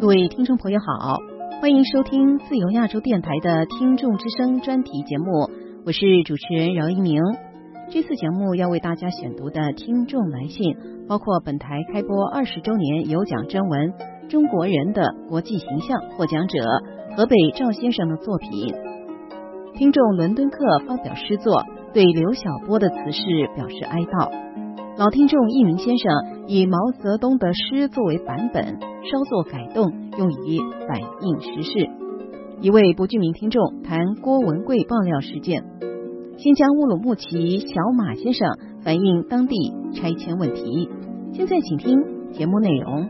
各位听众朋友好，欢迎收听自由亚洲电台的听众之声专题节目，我是主持人饶一鸣。这次节目要为大家选读的听众来信，包括本台开播20周年有奖征文中国人的国际形象获奖者河北赵先生的作品。听众伦敦客发表诗作，对刘晓波的辞世表示哀悼。老听众一鸣先生以毛泽东的诗作为版本，稍作改动，用以反映时事。一位不具名听众谈郭文贵爆料事件。新疆乌鲁木齐小马先生反映当地拆迁问题。现在请听节目内容。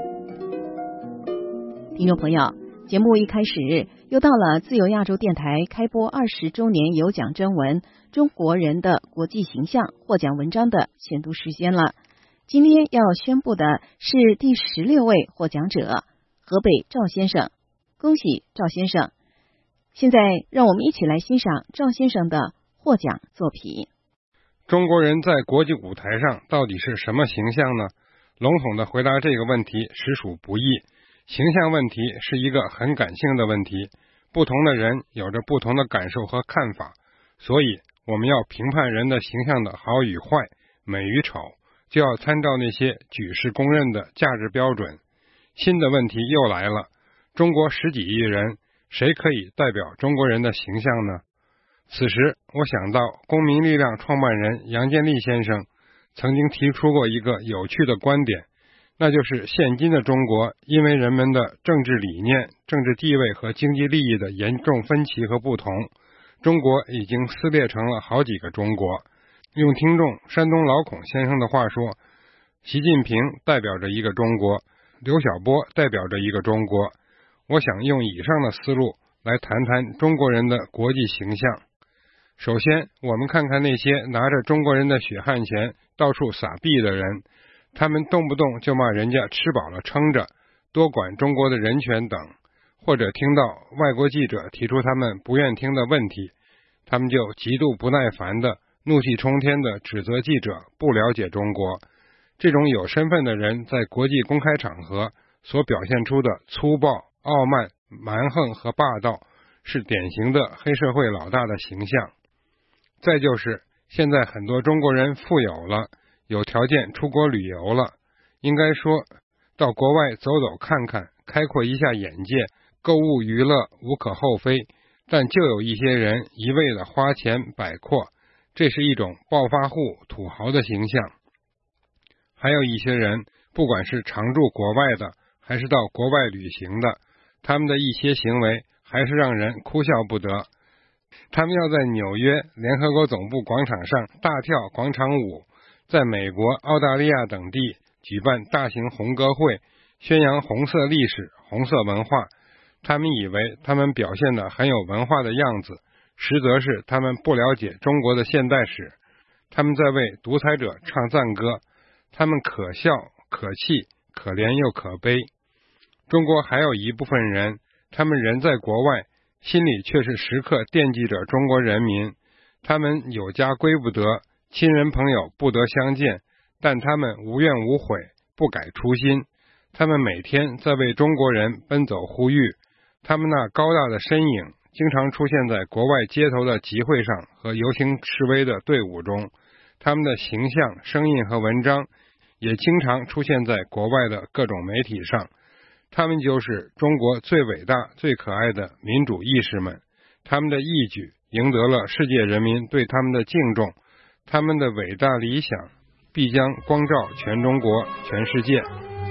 听众朋友，节目一开始又到了自由亚洲电台开播20周年有奖征文中国人的国际形象获奖文章的选读时间了。今天要宣布的是第16位获奖者河北赵先生，恭喜赵先生。现在让我们一起来欣赏赵先生的获奖作品。 中国人在国际舞台上到底是什么形象呢？笼统的回答这个问题实属不易。形象问题是一个很感性的问题，不同的人有着不同的感受和看法，所以我们要评判人的形象的好与坏、美与丑，就要参照那些举世公认的价值标准。新的问题又来了，中国10几亿人，谁可以代表中国人的形象呢？此时我想到公民力量创办人杨建立先生曾经提出过一个有趣的观点，那就是现今的中国因为人们的政治理念、政治地位和经济利益的严重分歧和不同，中国已经撕裂成了好几个中国。用听众山东老孔先生的话说，习近平代表着一个中国，刘晓波代表着一个中国。我想用以上的思路来谈谈中国人的国际形象。首先，我们看看那些拿着中国人的血汗钱到处撒币的人，他们动不动就骂人家吃饱了撑着，多管中国的人权等，或者听到外国记者提出他们不愿听的问题，他们就极度不耐烦的、怒气冲天的指责记者不了解中国。这种有身份的人在国际公开场合所表现出的粗暴、傲慢、蛮横和霸道，是典型的黑社会老大的形象。再就是现在很多中国人富有了，有条件出国旅游了，应该说到国外走走看看，开阔一下眼界，购物娱乐无可厚非，但就有一些人一味的花钱摆阔，这是一种暴发户土豪的形象。还有一些人，不管是常住国外的还是到国外旅行的，他们的一些行为还是让人哭笑不得。他们要在纽约联合国总部广场上大跳广场舞，在美国、澳大利亚等地举办大型红歌会，宣扬红色历史、红色文化。他们以为他们表现得很有文化的样子，实则是他们不了解中国的现代史。他们在为独裁者唱赞歌，他们可笑、可气、可怜又可悲。中国还有一部分人，他们人在国外，心里却是时刻惦记着中国人民。他们有家归不得，亲人朋友不得相见，但他们无怨无悔，不改初心。他们每天在为中国人奔走呼吁，他们那高大的身影经常出现在国外街头的集会上和游行示威的队伍中，他们的形象、声音和文章也经常出现在国外的各种媒体上。他们就是中国最伟大、最可爱的民主义士们，他们的义举赢得了世界人民对他们的敬重，他们的伟大理想必将光照全中国、全世界。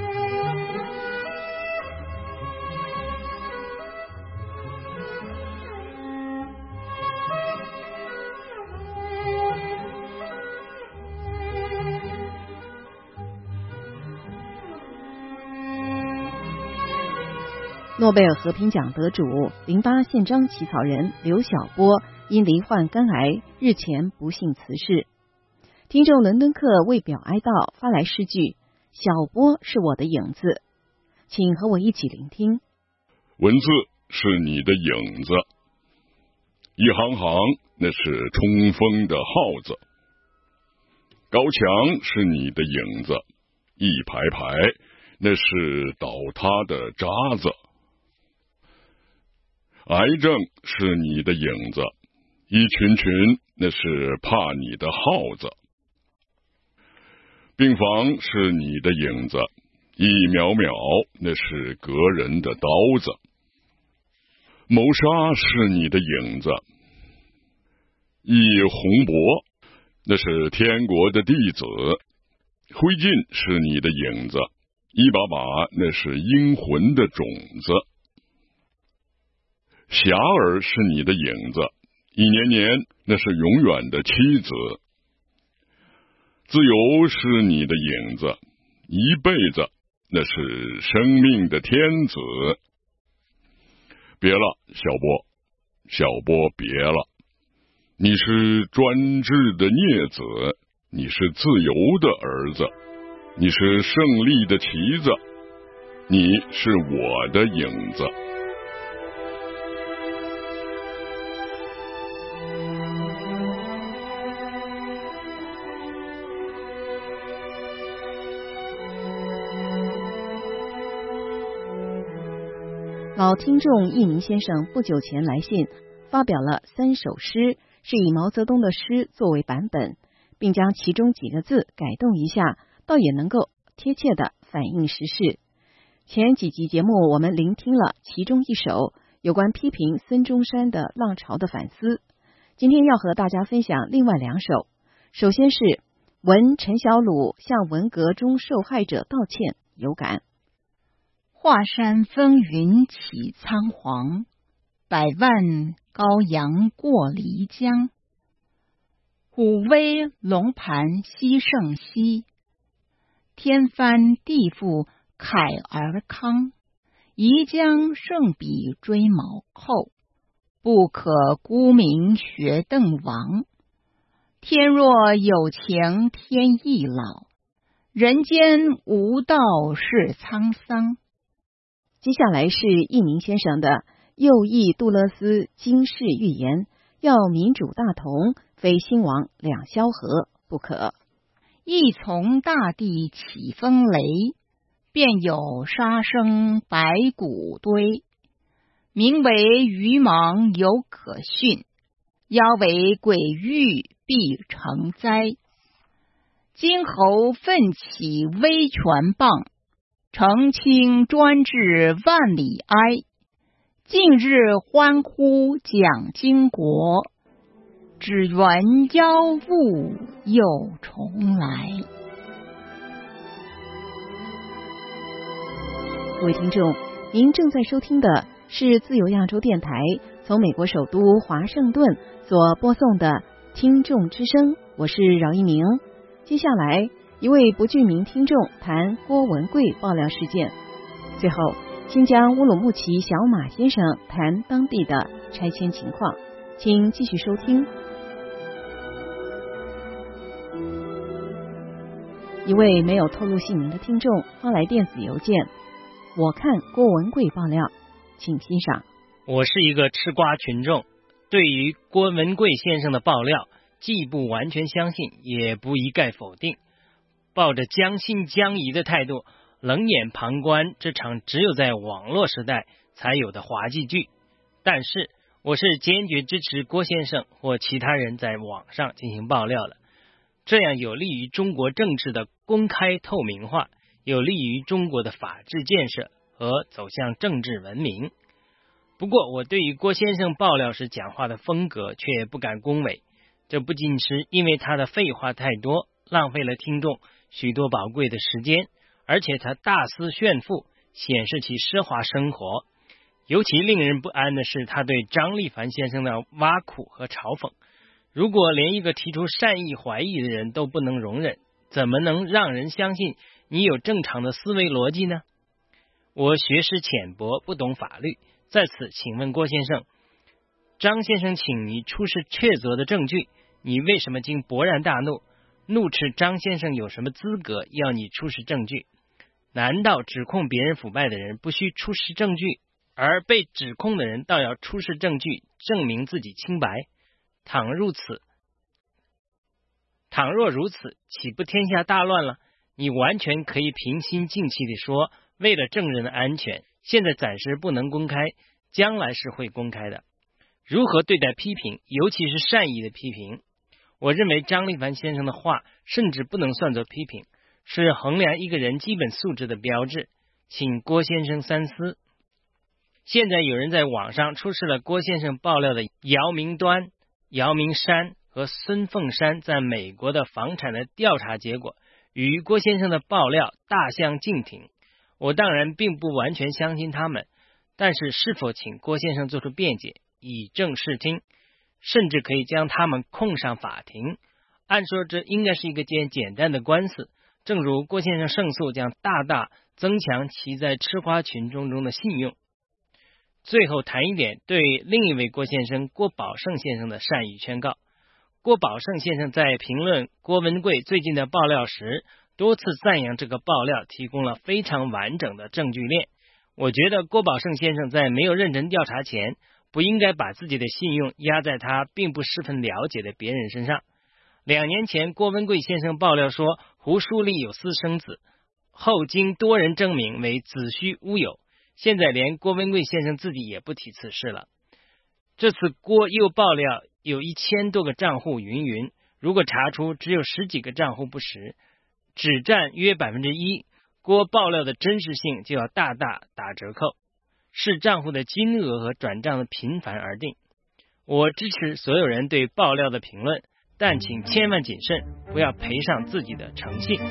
诺贝尔和平奖得主08宪章起草人刘晓波因罹患肝癌日前不幸辞世。听众伦敦客为表哀悼发来诗句：小波是我的影子，请和我一起聆听。 文字是你的影子，一行行那是冲锋的号子，高墙是你的影子，一排排那是倒塌的渣子；癌症是你的影子，一群群那是怕你的耗子；病房是你的影子，一秒秒那是割人的刀子；谋杀是你的影子，一洪博那是天国的弟子；灰烬是你的影子，一把把那是阴魂的种子；遐迩是你的影子，一年年那是永远的妻子；自由是你的影子，一辈子那是生命的天子。别了，小波别了，你是专制的孽子，你是自由的儿子，你是胜利的旗子，你是我的影子。 老听众一鸣先生不久前来信，发表了3首诗，是以毛泽东的诗作为版本，并将其中几个字改动一下，倒也能够贴切地反映时事。前几集节目我们聆听了其中一首有关批评孙中山的浪潮的反思，今天要和大家分享另外2首。首先是闻陈小鲁向文革中受害者道歉有感。 华山风云起苍黄，百万羔羊过漓江。虎威龙盘西胜西，天翻地覆凯而康。宜将胜笔追毛寇，不可沽名学邓王。天若有情天亦老，人间无道是沧桑。 接下来是一鸣先生的右翼杜勒斯经世预言，要民主大同，非兴亡两萧何不可。 一从大地起风雷，便有杀生白骨堆。名为愚盲犹可训，妖为鬼域必成灾。今侯奋起威权棒，澄清专制万里哀。近日欢呼蒋经国，只缘妖物又重来。 各位听众，您正在收听的是自由亚洲电台从美国首都华盛顿所播送的听众之声，我是饶一鸣。接下来一位不具名听众谈郭文贵爆料事件，最后新疆乌鲁木齐小马先生谈当地的拆迁情况，请继续收听。一位没有透露姓名的听众发来电子邮件，我看郭文贵爆料，请欣赏。 我是一个吃瓜群众，对于郭文贵先生的爆料，既不完全相信，也不一概否定，抱着将信将疑的态度，冷眼旁观这场只有在网络时代才有的滑稽剧。但是我是坚决支持郭先生或其他人在网上进行爆料的，这样有利于中国政治的公开透明化，有利于中国的法治建设和走向政治文明。不过我对于郭先生爆料时讲话的风格却不敢恭维，这不仅是因为他的废话太多，浪费了听众许多宝贵的时间，而且他大肆炫富，显示其奢华生活。尤其令人不安的是他对张立凡先生的挖苦和嘲讽。如果连一个提出善意怀疑的人都不能容忍，怎么能让人相信你有正常的思维逻辑呢？我学识浅薄，不懂法律，在此请问郭先生，张先生请你出示确凿的证据，你为什么竟勃然大怒？怒斥张先生有什么资格要你出示证据？难道指控别人腐败的人不需出示证据，而被指控的人倒要出示证据证明自己清白？倘若如此，岂不天下大乱了？ 你完全可以平心静气地说，为了证人的安全，现在暂时不能公开，将来是会公开的。如何对待批评，尤其是善意的批评？我认为张立凡先生的话甚至不能算作批评，是衡量一个人基本素质的标志，请郭先生三思。现在有人在网上出示了郭先生爆料的姚明端、姚明山和孙凤山在美国的房产的调查结果，与郭先生的爆料大相径庭。我当然并不完全相信他们，但是是否请郭先生做出辩解，以正视听，甚至可以将他们控上法庭。按说这应该是一个件简单的官司，正如郭先生胜诉将大大增强其在吃瓜群众中的信用。最后谈一点对另一位郭先生郭宝胜先生的善意劝告。郭宝胜先生在评论郭文贵最近的爆料时，多次赞扬这个爆料提供了非常完整的证据链。我觉得郭宝胜先生在没有认真调查前，不应该把自己的信用压在他并不十分了解的别人身上。2年前郭文贵先生爆料说胡舒立有私生子，后经多人证明为子虚乌有，现在连郭文贵先生自己也不提此事了。这次郭又爆料有1000多个账户云云，如果查出只有10几个账户不实，只占约 1%， 郭爆料的真实性就要大大打折扣，视账户的金额和转账的频繁而定。我支持所有人对爆料的评论，但请千万谨慎，不要赔上自己的诚信。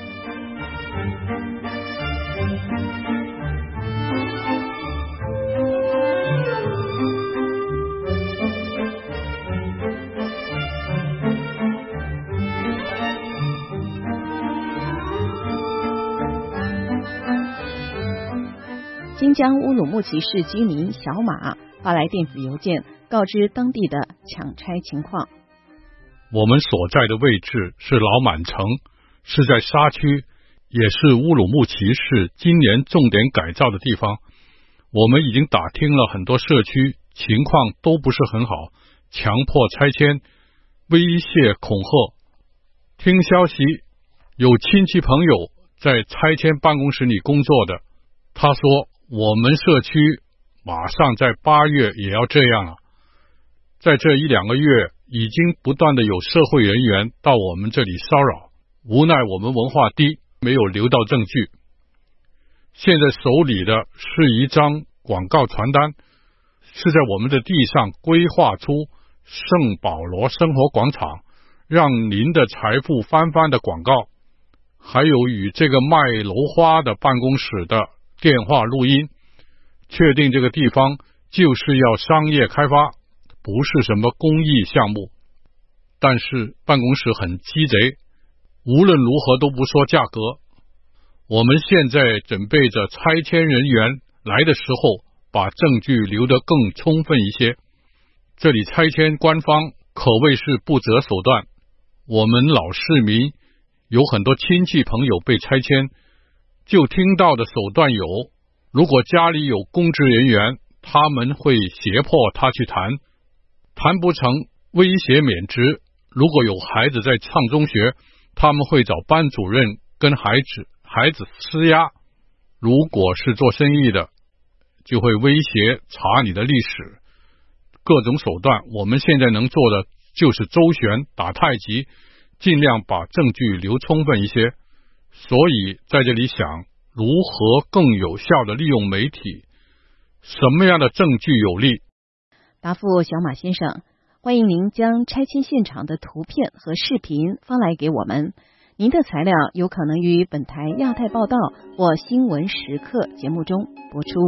新疆乌鲁木齐市居民小马发来电子邮件，告知当地的抢拆情况。 我们所在的位置是老满城，是在沙区，也是乌鲁木齐市今年重点改造的地方。我们已经打听了很多社区，情况都不是很好，强迫拆迁，威胁恐吓。听消息，有亲戚朋友在拆迁办公室里工作的，他说我们社区马上在8月也要这样了。在这1-2个月，已经不断的有社会人员到我们这里骚扰，无奈我们文化低，没有留到证据。现在手里的是一张广告传单，是在我们的地上规划出圣保罗生活广场，让您的财富翻番的广告，还有与这个卖楼花的办公室的电话录音，确定这个地方就是要商业开发，不是什么公益项目。但是办公室很鸡贼，无论如何都不说价格。我们现在准备着拆迁人员来的时候，把证据留得更充分一些。这里拆迁官方可谓是不择手段，我们老市民有很多亲戚朋友被拆迁，就听到的手段有，如果家里有公职人员，他们会胁迫他去谈，谈不成威胁免职。如果有孩子在上中学，他们会找班主任跟孩子施压。如果是做生意的，就会威胁查你的历史。各种手段，我们现在能做的就是周旋打太极，尽量把证据留充分一些。所以在这里想，如何更有效的利用媒体，什么样的证据有利？ 答复小马先生，欢迎您将拆迁现场的图片和视频发来给我们。您的材料有可能于本台亚太报道或新闻时刻节目中播出。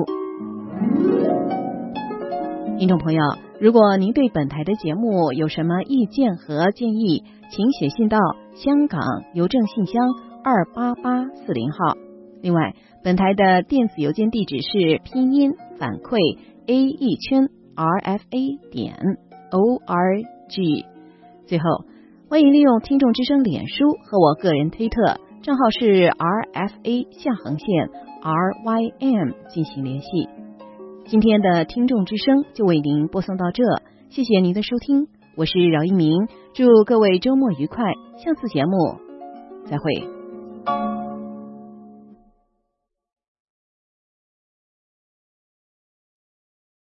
听众朋友，如果您对本台的节目有什么意见和建议，请写信到香港邮政信箱28840号。另外，本台的电子邮件地址是拼音反馈 a1rfa.org。最后，欢迎利用听众之声脸书和我个人推特账号是 RFA_RYM 进行联系。今天的听众之声就为您播送到这，谢谢您的收听，我是饶一鸣，祝各位周末愉快，下次节目再会。